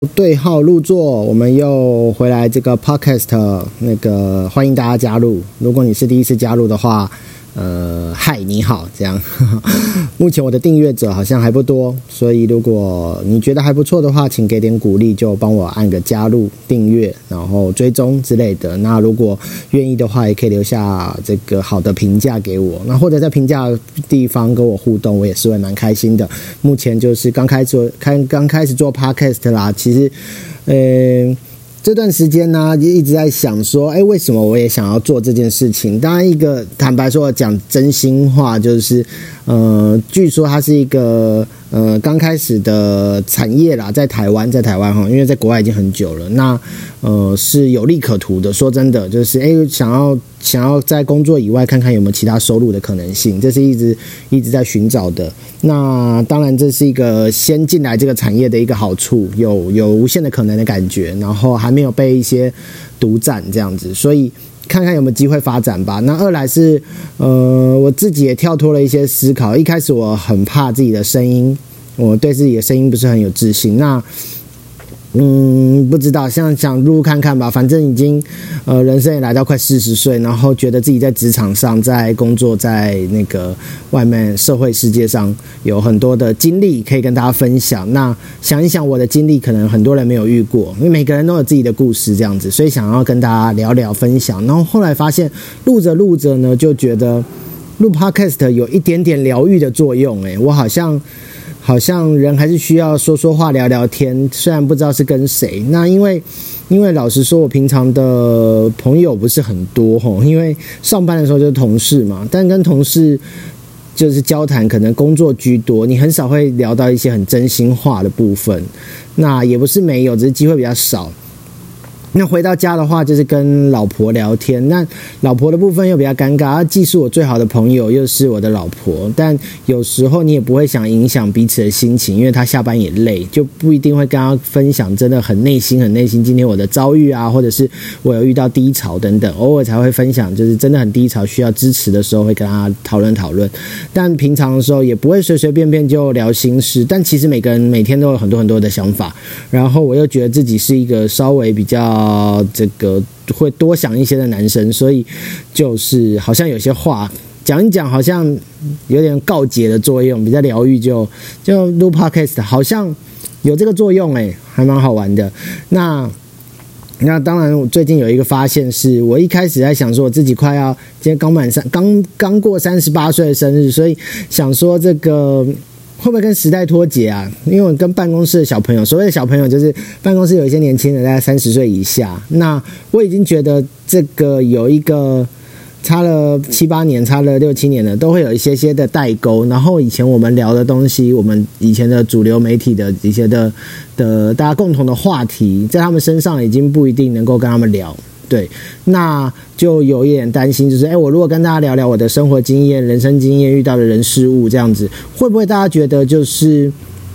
对号入座，我们又回来这个 podcast， 欢迎大家加入。如果你是第一次加入的话，嗨，你好，这样。目前我的订阅者好像还不多，所以如果你觉得还不错的话，请给点鼓励，就帮我按个加入、订阅，然后追踪之类的。那如果愿意的话，也可以留下这个好的评价给我，那或者在评价的地方跟我互动，我也是会蛮开心的。目前就是刚开始做 podcast 啦，其实，这段时间呢，一直在想说，为什么我也想要做这件事情？当然，坦白说讲真心话，就是，据说它是一个刚开始的产业啦，在台湾哈，因为在国外已经很久了，那是有利可图的。说真的，就是想要在工作以外看看有没有其他收入的可能性，这是一直在寻找的。那当然，这是一个先进来这个产业的一个好处，有无限的可能的感觉，然后还没有被一些独占这样子，所以看看有没有机会发展吧。那二来是我自己也跳脱了一些思考。一开始我很怕自己的声音，我对自己的声音不是很有自信。那不知道，想入看看吧。反正已经人生也来到快40岁，然后觉得自己在职场上、在工作、在那个外面社会世界上有很多的经历可以跟大家分享。那想一想我的经历，可能很多人没有遇过，因为每个人都有自己的故事这样子，所以想要跟大家聊聊分享。然后后来发现录着呢，就觉得录 podcast 有一点点疗愈的作用。我好像人还是需要说话聊聊天，虽然不知道是跟谁。那因为老实说，我平常的朋友不是很多齁，因为上班的时候就是同事嘛，但跟同事就是交谈可能工作居多，你很少会聊到一些很真心话的部分。那也不是没有，只是机会比较少。那回到家的话，就是跟老婆聊天。那老婆的部分又比较尴尬，她既是我最好的朋友，又是我的老婆。但有时候你也不会想影响彼此的心情，因为她下班也累，就不一定会跟她分享真的很内心今天我的遭遇啊，或者是我有遇到低潮等等。偶尔才会分享，就是真的很低潮需要支持的时候，会跟她讨论。但平常的时候也不会随随便便就聊心事。但其实每个人每天都有很多的想法，然后我又觉得自己是一个稍微比较这个会多想一些的男生，所以就是好像有些话讲一讲，好像有点告解的作用，比较疗愈，就录 podcast 好像有这个作用，还蛮好玩的。那当然，我最近有一个发现是，我一开始在想说，我自己今天刚过38岁的生日，所以想说这个会不会跟时代脱节啊？因为我跟办公室的小朋友，所谓的小朋友就是办公室有一些年轻人，大概30岁以下。那我已经觉得这个有一个差了7、8年，差了6、7年了，都会有一些的代沟。然后以前我们聊的东西，我们以前的主流媒体的一些的大家共同的话题，在他们身上已经不一定能够跟他们聊。对，那就有一点担心，就是我如果跟大家聊聊我的生活经验、人生经验、遇到的人事物这样子，会不会大家觉得就是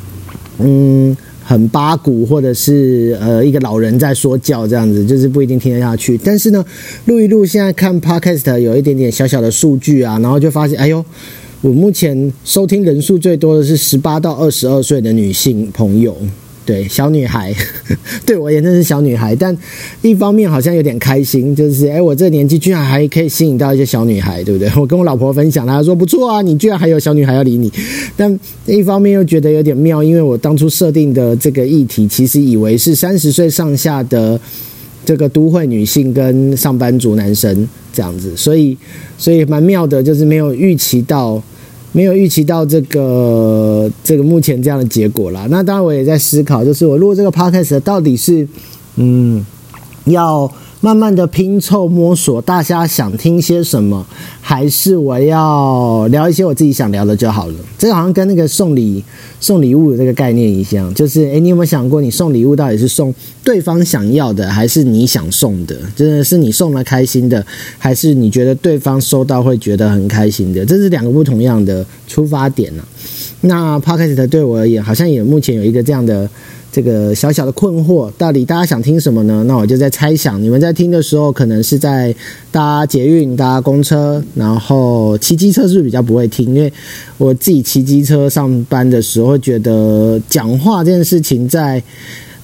很八股，或者是一个老人在说教这样子，就是不一定听得下去。但是呢，录一录，现在看 podcast 有一点点小小的数据啊，然后就发现，我目前收听人数最多的是18到22岁的女性朋友。对，小女孩，对我也真是小女孩，但一方面好像有点开心，就是我这个年纪居然还可以吸引到一些小女孩，对不对？我跟我老婆分享，她说不错啊，你居然还有小女孩要理你。但一方面又觉得有点妙，因为我当初设定的这个议题，其实以为是30岁上下的这个都会女性跟上班族男生这样子，所以蛮妙的，就是没有预期到这个目前这样的结果啦。那当然我也在思考，就是我录这个 podcast 到底是要慢慢的拼凑摸索大家想听些什么，还是我要聊一些我自己想聊的就好了。这个好像跟那个送礼物的这个概念一样，就是你有没有想过，你送礼物到底是送对方想要的，还是你想送的？真的是你送了开心的，还是你觉得对方收到会觉得很开心的？这是两个不同样的出发点啊。那 podcast 对我而言，好像也目前有一个这样的这个小小的困惑，到底大家想听什么呢？那我就在猜想，你们在听的时候，可能是在搭捷运、搭公车，然后骑机车是不是比较不会听？因为我自己骑机车上班的时候，会觉得讲话这件事情在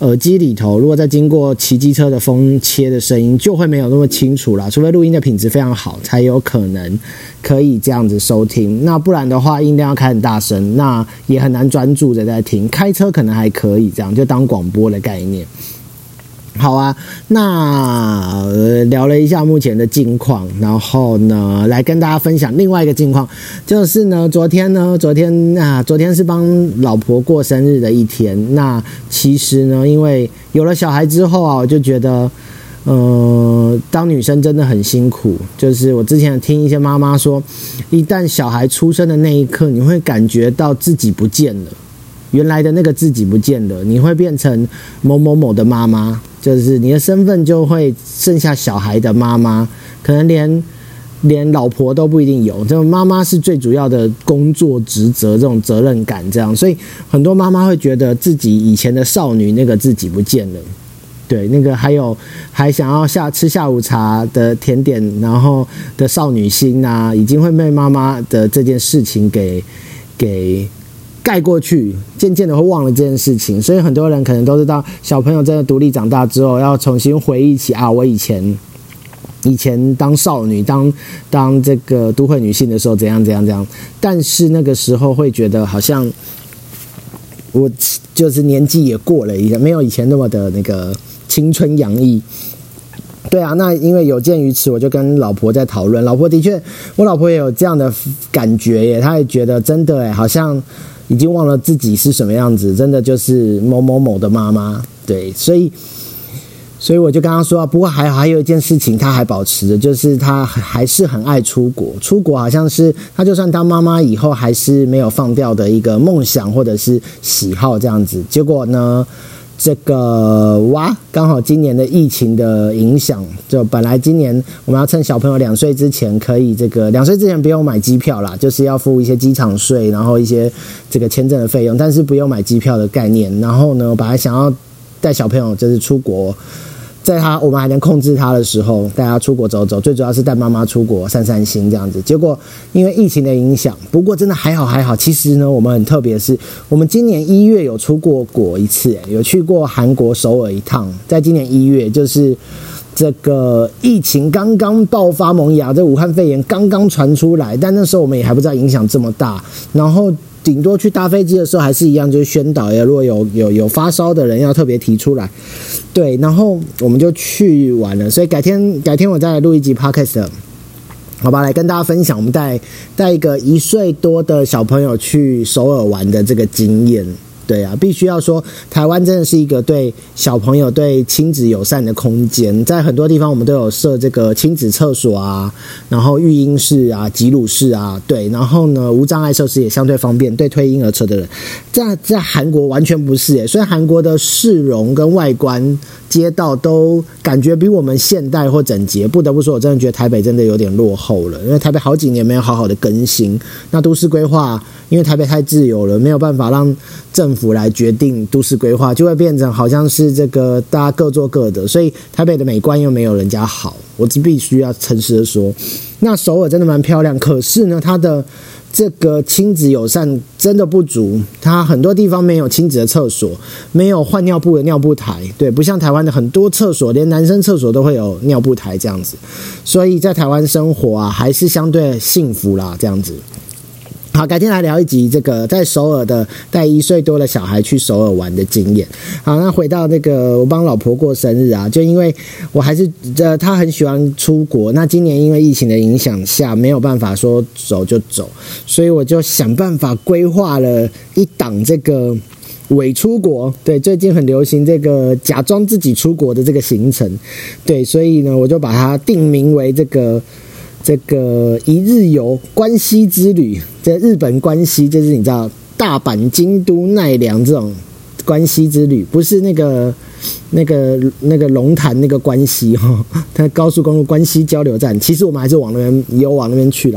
耳机里头，如果再经过骑机车的风切的声音，就会没有那么清楚啦。除非录音的品质非常好，才有可能可以这样子收听。那不然的话，音量要开很大声，那也很难专注的在听。开车可能还可以，这样就当广播的概念。好啊，那聊了一下目前的近况，然后呢，来跟大家分享另外一个近况，就是呢，昨天是帮老婆过生日的一天。那其实呢，因为有了小孩之后啊，我就觉得，当女生真的很辛苦。就是我之前听一些妈妈说，一旦小孩出生的那一刻，你会感觉到自己不见了。原来的那个自己不见了，你会变成某某某的妈妈，就是你的身份就会剩下小孩的妈妈，可能连老婆都不一定有。这种妈妈是最主要的工作职责，这种责任感这样，所以很多妈妈会觉得自己以前的少女那个自己不见了。对，那个还想要吃下午茶的甜点，然后的少女心啊，已经会被妈妈的这件事情给盖过去，渐渐的会忘了这件事情。所以很多人可能都是到小朋友真的独立长大之后，要重新回忆起啊，我以前当少女，当这个都会女性的时候怎样。但是那个时候会觉得好像我就是年纪也过了一下，没有以前那么的那个青春洋溢。对啊，那因为有鉴于此，我就跟老婆在讨论。我老婆也有这样的感觉耶，她也觉得真的好像已经忘了自己是什么样子，真的就是某某某的妈妈。对，所以我就跟她说，不过还有一件事情她还保持着，就是她还是很爱出国。出国好像是她就算当妈妈以后还是没有放掉的一个梦想或者是喜好这样子。结果呢，这个刚好今年的疫情的影响，就本来今年我们要趁小朋友2岁之前可以2岁之前不用买机票啦，就是要付一些机场税，然后一些这个签证的费用，但是不用买机票的概念。然后呢，本来想要带小朋友就是出国，在我们还能控制他的时候，带他出国走走，最主要是带妈妈出国散散心这样子。结果因为疫情的影响，不过真的还好。其实呢，我们很特别的是，我们今年1月有出过国一次，有去过韩国首尔一趟。在今年1月，就是这个疫情刚刚爆发萌芽，这武汉肺炎刚刚传出来，但那时候我们也还不知道影响这么大，然后顶多去搭飞机的时候还是一样，就是宣导如果有发烧的人要特别提出来。对，然后我们就去玩了，所以改天我再来录一集 podcast， 好吧，来跟大家分享我们带一个1岁多的小朋友去首尔玩的这个经验。对啊，必须要说，台湾真的是一个对小朋友、对亲子友善的空间。在很多地方，我们都有设这个亲子厕所啊，然后育婴室啊、挤乳室啊，对，然后呢，无障碍设施也相对方便，对推婴儿车的人，在韩国完全不是所以韩国的市容跟外观、街道都感觉比我们现代或整洁。不得不说，我真的觉得台北真的有点落后了，因为台北好几年没有好好的更新。那都市规划，因为台北太自由了，没有办法让政府来决定都市规划，就会变成好像是这个大家各做各的，所以台北的美观又没有人家好，我必须要诚实的说。那首尔真的蛮漂亮，可是呢，它的这个亲子友善真的不足，它很多地方没有亲子的厕所，没有换尿布的尿布台，对，不像台湾的很多厕所，连男生厕所都会有尿布台这样子，所以在台湾生活啊，还是相对幸福啦，这样子。好，改天来聊一集这个在首尔的带1岁多的小孩去首尔玩的经验。好，那回到那个我帮老婆过生日啊，就因为我还是她很喜欢出国，那今年因为疫情的影响下没有办法说走就走，所以我就想办法规划了一档这个伪出国，对，最近很流行这个假装自己出国的这个行程，对，所以呢，我就把它定名为这个一日游关西之旅。在日本关西，就是你知道大阪、京都、奈良这种关西之旅，不是那个龙潭那个关西哈，它高速公路关西交流站。其实我们还是往那边去啦，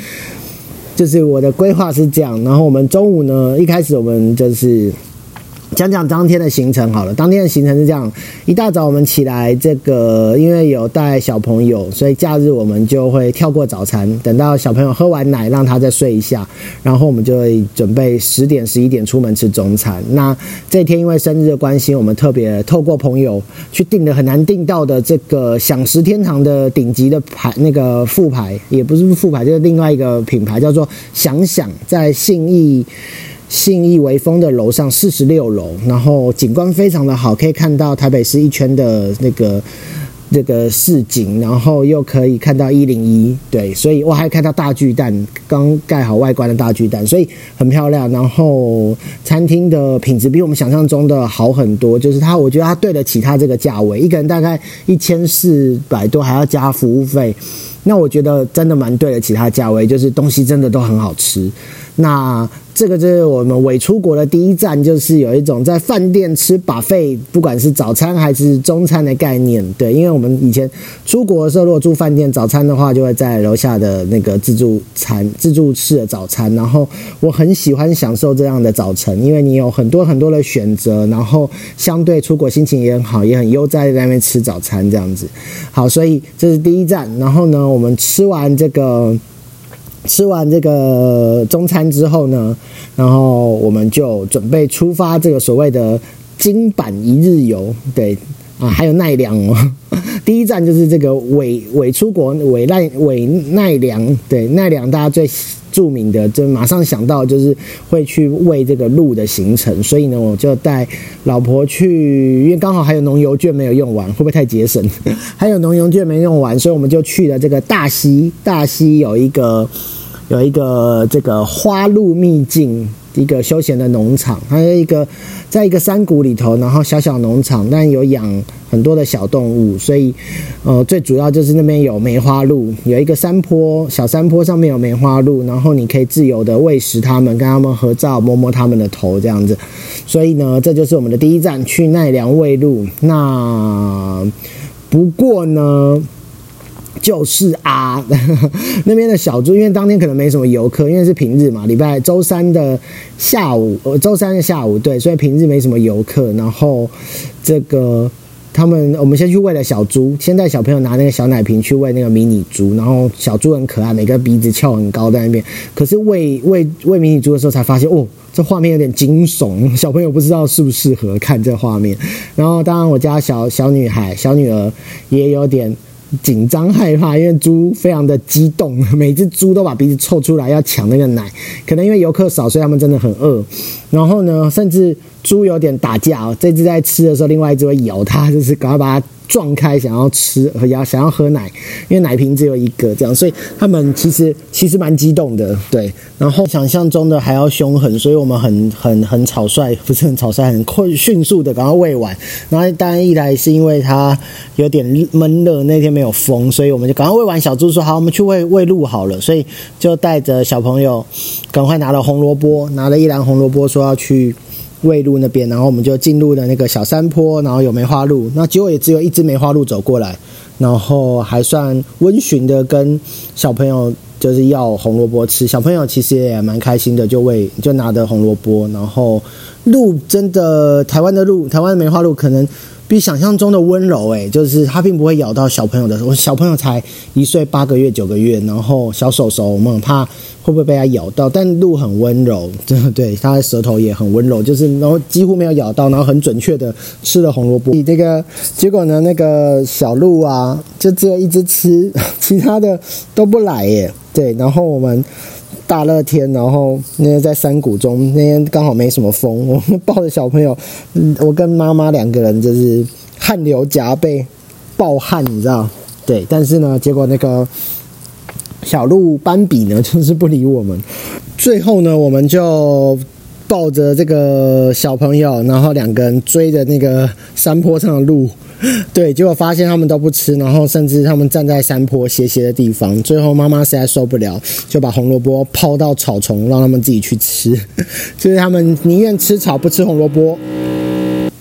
就是我的规划是这样。然后我们中午呢，一开始我们就是讲讲当天的行程好了。当天的行程是这样：一大早我们起来，因为有带小朋友，所以假日我们就会跳过早餐，等到小朋友喝完奶，让他再睡一下，然后我们就会准备10点、11点出门吃中餐。那这天因为生日的关系，我们特别透过朋友去订了很难订到的这个享食天堂的顶级的副牌，也不是副牌，就是另外一个品牌叫做想想，在信义微风的楼上46楼，然后景观非常的好，可以看到台北市一圈的这个市景，然后又可以看到101，对，所以我还看到大巨蛋，刚盖好外观的大巨蛋，所以很漂亮。然后餐厅的品质比我们想象中的好很多，就是我觉得它对得起它这个价位，一个人大概1400多，还要加服务费。那我觉得真的蛮对得起它价位，就是东西真的都很好吃。那这个就是我们伪出国的第一站，就是有一种在饭店吃 buffet， 不管是早餐还是中餐的概念。对，因为我们以前出国的时候，如果住饭店早餐的话，就会在楼下的那个自助式的早餐。然后我很喜欢享受这样的早晨，因为你有很多很多的选择，然后相对出国心情也很好，也很悠哉在那边吃早餐这样子。好，所以这是第一站。然后呢，我们吃完这个中餐之后呢，然后我们就准备出发这个所谓的金板一日游，对啊，还有奈良哦。第一站就是这个伪出国伪奈良，对，奈良大家最著名的，就马上想到就是会去喂这个鹿的行程，所以呢，我就带老婆去，因为刚好还有农游券没有用完，会不会太节省？还有农游券没用完，所以我们就去了这个大溪有一个这个花鹿秘境，一个休闲的农场，还有在一个山谷里头，然后小农场，但有养很多的小动物，所以最主要就是那边有梅花鹿，有一个小山坡上面有梅花鹿，然后你可以自由的喂食它们，跟它们合照，摸摸它们的头这样子。所以呢，这就是我们的第一站，去奈良喂鹿。那不过呢，就是那边的小猪，因为当天可能没什么游客，因为是平日嘛，周三的下午，对，所以平日没什么游客。然后我们先去喂了小猪，先带小朋友拿那个小奶瓶去喂那个迷你猪，然后小猪很可爱，每个鼻子翘很高在那边。可是喂迷你猪的时候才发现，这画面有点惊悚，小朋友不知道适不适合看这画面。然后当然我家小女儿也有点紧张害怕，因为猪非常的激动，每只猪都把鼻子凑出来要抢那个奶，可能因为游客少，所以他们真的很饿。然后呢，甚至猪有点打架，这只在吃的时候，另外一只会咬它，就是赶快把它撞开，想要吃，想要喝奶，因为奶瓶只有一个这样，所以他们其实蛮激动的，对。然后想象中的还要凶狠，所以我们很草率，不是很草率，很迅速的赶快喂完。然后当然一来是因为它有点闷热，那天没有风，所以我们就赶快喂完小猪，说好，我们去喂鹿好了，所以就带着小朋友赶快拿了一篮红萝卜，说要去喂鹿那边，然后我们就进入了那个小山坡，然后有梅花鹿，那结果也只有一只梅花鹿走过来，然后还算温驯的跟小朋友就是要红萝卜吃，小朋友其实也蛮开心的，就拿着红萝卜。然后鹿真的，台湾的梅花鹿可能比想象中的温柔就是它并不会咬到小朋友的，我小朋友才1岁8个月9个月，然后小手手，我们很怕会不会被它咬到，但鹿很温柔，真的，对，它的舌头也很温柔，就是然后几乎没有咬到，然后很准确的吃了红萝卜。这个结果呢，那个小鹿就只有一只吃，其他的都不来耶。对，然后我们大热天，然后那天在山谷中，那天刚好没什么风，我们抱着小朋友，我跟妈妈2个人就是汗流浃背，暴汗，你知道？对，但是呢，结果那个小鹿斑比呢，就是不理我们。最后呢，我们就抱着这个小朋友，然后2个人追着那个山坡上的鹿。对，结果发现他们都不吃，然后甚至他们站在山坡斜斜的地方。最后妈妈实在受不了，就把红萝卜抛到草丛，让他们自己去吃。就是他们宁愿吃草不吃红萝卜。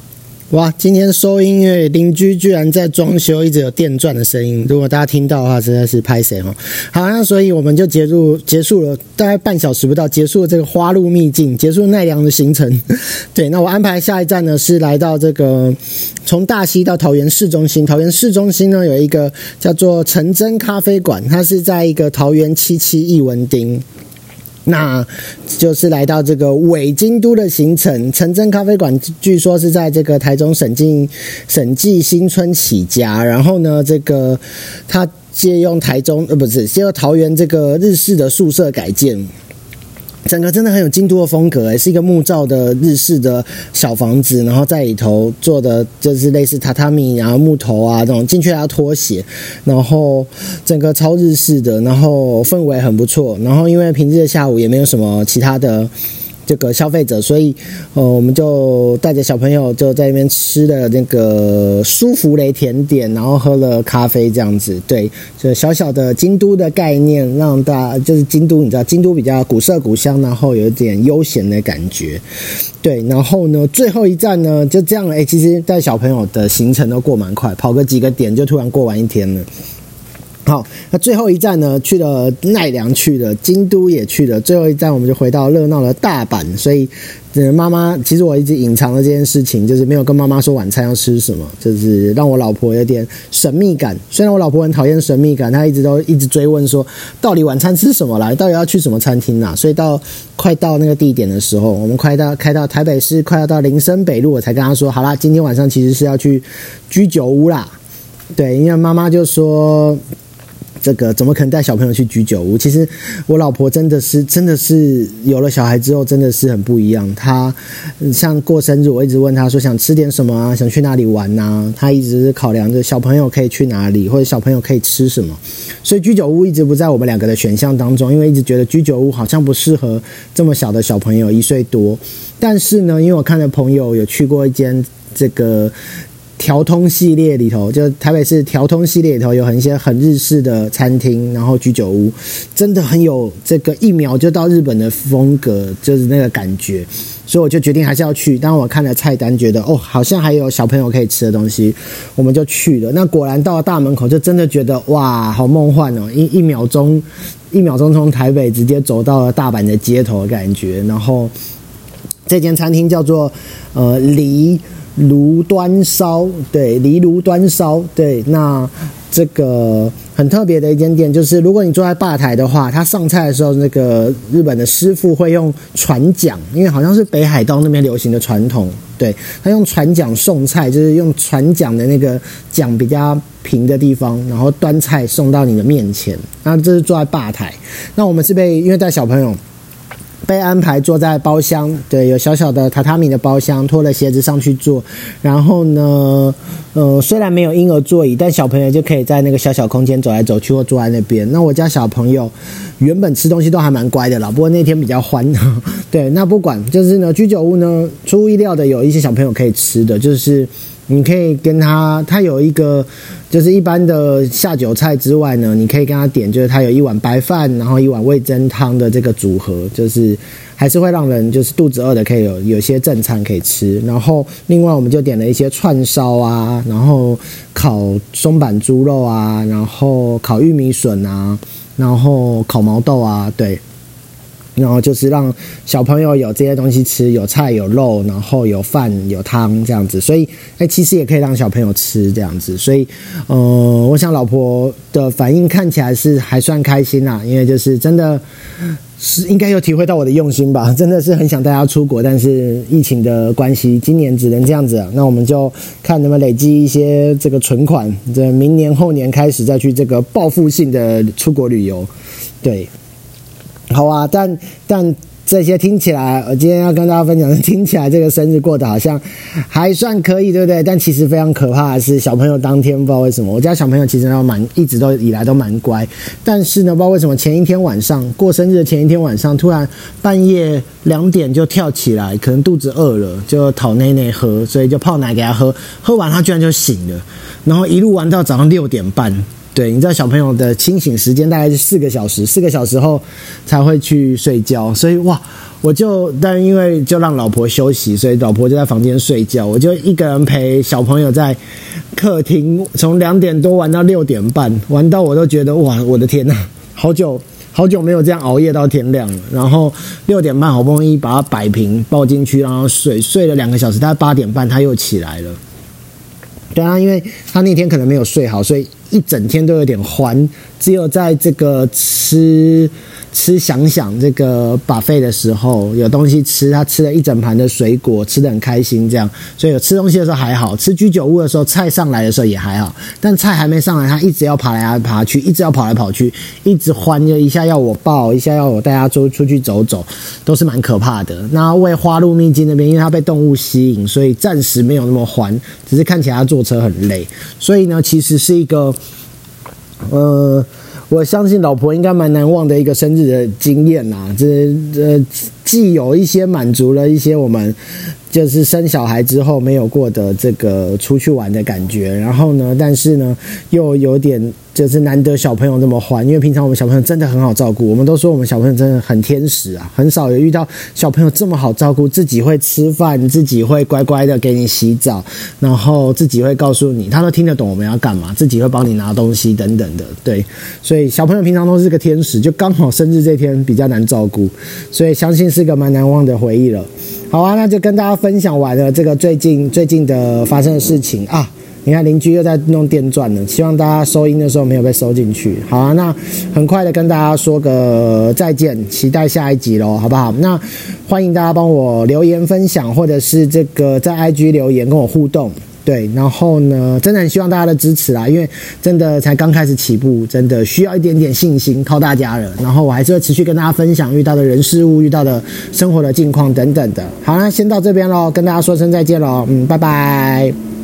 哇，今天收音乐邻居居然在装修，一直有电钻的声音。如果大家听到的话，实在是拍谁哦。好，那所以我们就结束了，大概半小时不到，结束了这个花路秘境，结束奈良的行程。对，那我安排下一站呢是来到这个从大溪到桃园市中心。桃园市中心呢有一个叫做陈真咖啡馆，它是在一个桃园77艺文町。那就是来到这个伪京都的行程。陈真咖啡馆据说是在这个台中审计新村起家，然后呢，这个他借用借用桃园这个日式的宿舍改建。整个真的很有京都的风格，是一个木造的日式的小房子，然后在里头做的就是类似榻榻米，然后木头啊这种，进去还要脱鞋，然后整个超日式的，然后氛围很不错，然后因为平日的下午也没有什么其他的这个消费者，所以我们就带着小朋友就在那边吃了那个舒芙蕾甜点，然后喝了咖啡这样子。对，就小小的京都的概念，让大家就是京都，你知道京都比较古色古香，然后有一点悠闲的感觉。对，然后呢，最后一站呢就这样，其实带小朋友的行程都过蛮快，跑个几个点就突然过完一天了。好，那最后一站呢，去了奈良，去了京都也去了，最后一站我们就回到热闹的大阪。所以妈妈其实我一直隐藏了这件事情，就是没有跟妈妈说晚餐要吃什么，就是让我老婆有点神秘感。虽然我老婆很讨厌神秘感，她一直追问说到底晚餐吃什么啦，到底要去什么餐厅啦。所以快到那个地点的时候，我们开到台北市，快要到林森北路，我才跟她说好啦，今天晚上其实是要去居酒屋啦。对，因为妈妈就说这个怎么可能带小朋友去居酒屋？其实我老婆真的是有了小孩之后真的是很不一样。她像过生日，我一直问她说想吃点什么啊，想去哪里玩啊，她一直是考量着小朋友可以去哪里，或者小朋友可以吃什么。所以居酒屋一直不在我们两个的选项当中，因为一直觉得居酒屋好像不适合这么小的小朋友，1岁多。但是呢，因为我看了朋友有去过一间这个条通系列里头，就台北市条通系列里头有一些很日式的餐厅，然后居酒屋，真的很有这个一秒就到日本的风格，就是那个感觉。所以我就决定还是要去。当我看了菜单，觉得好像还有小朋友可以吃的东西，我们就去了。那果然到了大门口，就真的觉得哇，好梦幻哦！一秒钟从台北直接走到了大阪的街头的感觉。然后这间餐厅叫做梨炉端烧，对，梨炉端烧，对，那这个很特别的一间店，就是如果你坐在吧台的话，他上菜的时候，那个日本的师傅会用船桨，因为好像是北海道那边流行的传统，对，他用船桨送菜，就是用船桨的那个桨比较平的地方，然后端菜送到你的面前。那这是坐在吧台，那我们是因为带小朋友，被安排坐在包厢，对，有小小的榻榻米的包厢，脱了鞋子上去坐。然后呢，虽然没有婴儿座椅，但小朋友就可以在那个小小空间走来走去或坐在那边。那我家小朋友原本吃东西都还蛮乖的啦，不过那天比较欢。对，那不管，就是呢，居酒屋呢，出乎意料的有一些小朋友可以吃的，就是你可以跟他有一个就是一般的下酒菜之外呢，你可以跟他点，就是他有一碗白饭，然后一碗味噌汤的这个组合，就是还是会让人就是肚子饿的可以有些正餐可以吃。然后另外我们就点了一些串烧啊，然后烤松板猪肉啊，然后烤玉米笋啊，然后烤毛豆啊，对。然后就是让小朋友有这些东西吃，有菜有肉，然后有饭有汤这样子，所以其实也可以让小朋友吃这样子。所以我想老婆的反应看起来是还算开心啦，因为就是真的是应该有体会到我的用心吧，真的是很想带他出国，但是疫情的关系，今年只能这样子了。那我们就看能不能累积一些这个存款，这明年后年开始再去这个报复性的出国旅游，对。好啊，但这些听起来，我今天要跟大家分享的，听起来这个生日过得好像还算可以，对不对？但其实非常可怕的是，小朋友当天不知道为什么，我家小朋友其实一直都以来都蛮乖，但是呢，不知道为什么前一天晚上过生日的前一天晚上，突然半夜2点就跳起来，可能肚子饿了，就讨奶奶喝，所以就泡奶给他喝，喝完他居然就醒了，然后一路玩到早上6点半。 对，你知道小朋友的清醒时间大概是4个小时，4个小时后才会去睡觉，所以哇，但因为就让老婆休息，所以老婆就在房间睡觉，我就一个人陪小朋友在客厅从2点多玩到6点半，玩到我都觉得哇，我的天哪，好久没有这样熬夜到天亮了。然后6点半好不容易把他摆平抱进去让他睡了2个小时，大概8点半他又起来了。对啊，因为他那天可能没有睡好，所以一整天都有点欢，只有在这个吃想这个 buffet 的时候有东西吃，他吃了一整盘的水果，吃得很开心这样，所以有吃东西的时候还好，吃居酒屋的时候菜上来的时候也还好，但菜还没上来他一直要爬来爬去，一直要跑来跑去，一直欢，就一下要我抱，一下要我带他出去走走，都是蛮可怕的。那为花鹿秘境那边因为他被动物吸引，所以暂时没有那么欢，只是看起来他坐车很累，所以呢其实是一个我相信老婆应该蛮难忘的一个生日的经验啦，既有一些满足了一些我们就是生小孩之后没有过的这个出去玩的感觉，然后呢，但是呢又有点就是难得小朋友那么欢，因为平常我们小朋友真的很好照顾，我们都说我们小朋友真的很天使啊，很少有遇到小朋友这么好照顾，自己会吃饭，自己会乖乖的给你洗澡，然后自己会告诉你，他都听得懂我们要干嘛，自己会帮你拿东西等等的，对，所以小朋友平常都是个天使，就刚好生日这天比较难照顾，所以相信是个蛮难忘的回忆了。好啊，那就跟大家分享完了这个最近的发生的事情啊。你看邻居又在弄电钻了，希望大家收音的时候没有被收进去。好啊，那很快的跟大家说个再见，期待下一集咯，好不好？那欢迎大家帮我留言分享，或者是这个在 IG 留言跟我互动。对，然后呢，真的很希望大家的支持啦，因为真的才刚开始起步，真的需要一点点信心，靠大家了。然后我还是会持续跟大家分享遇到的人事物、遇到的生活的近况等等的。好，那先到这边咯，跟大家说声再见咯，拜拜。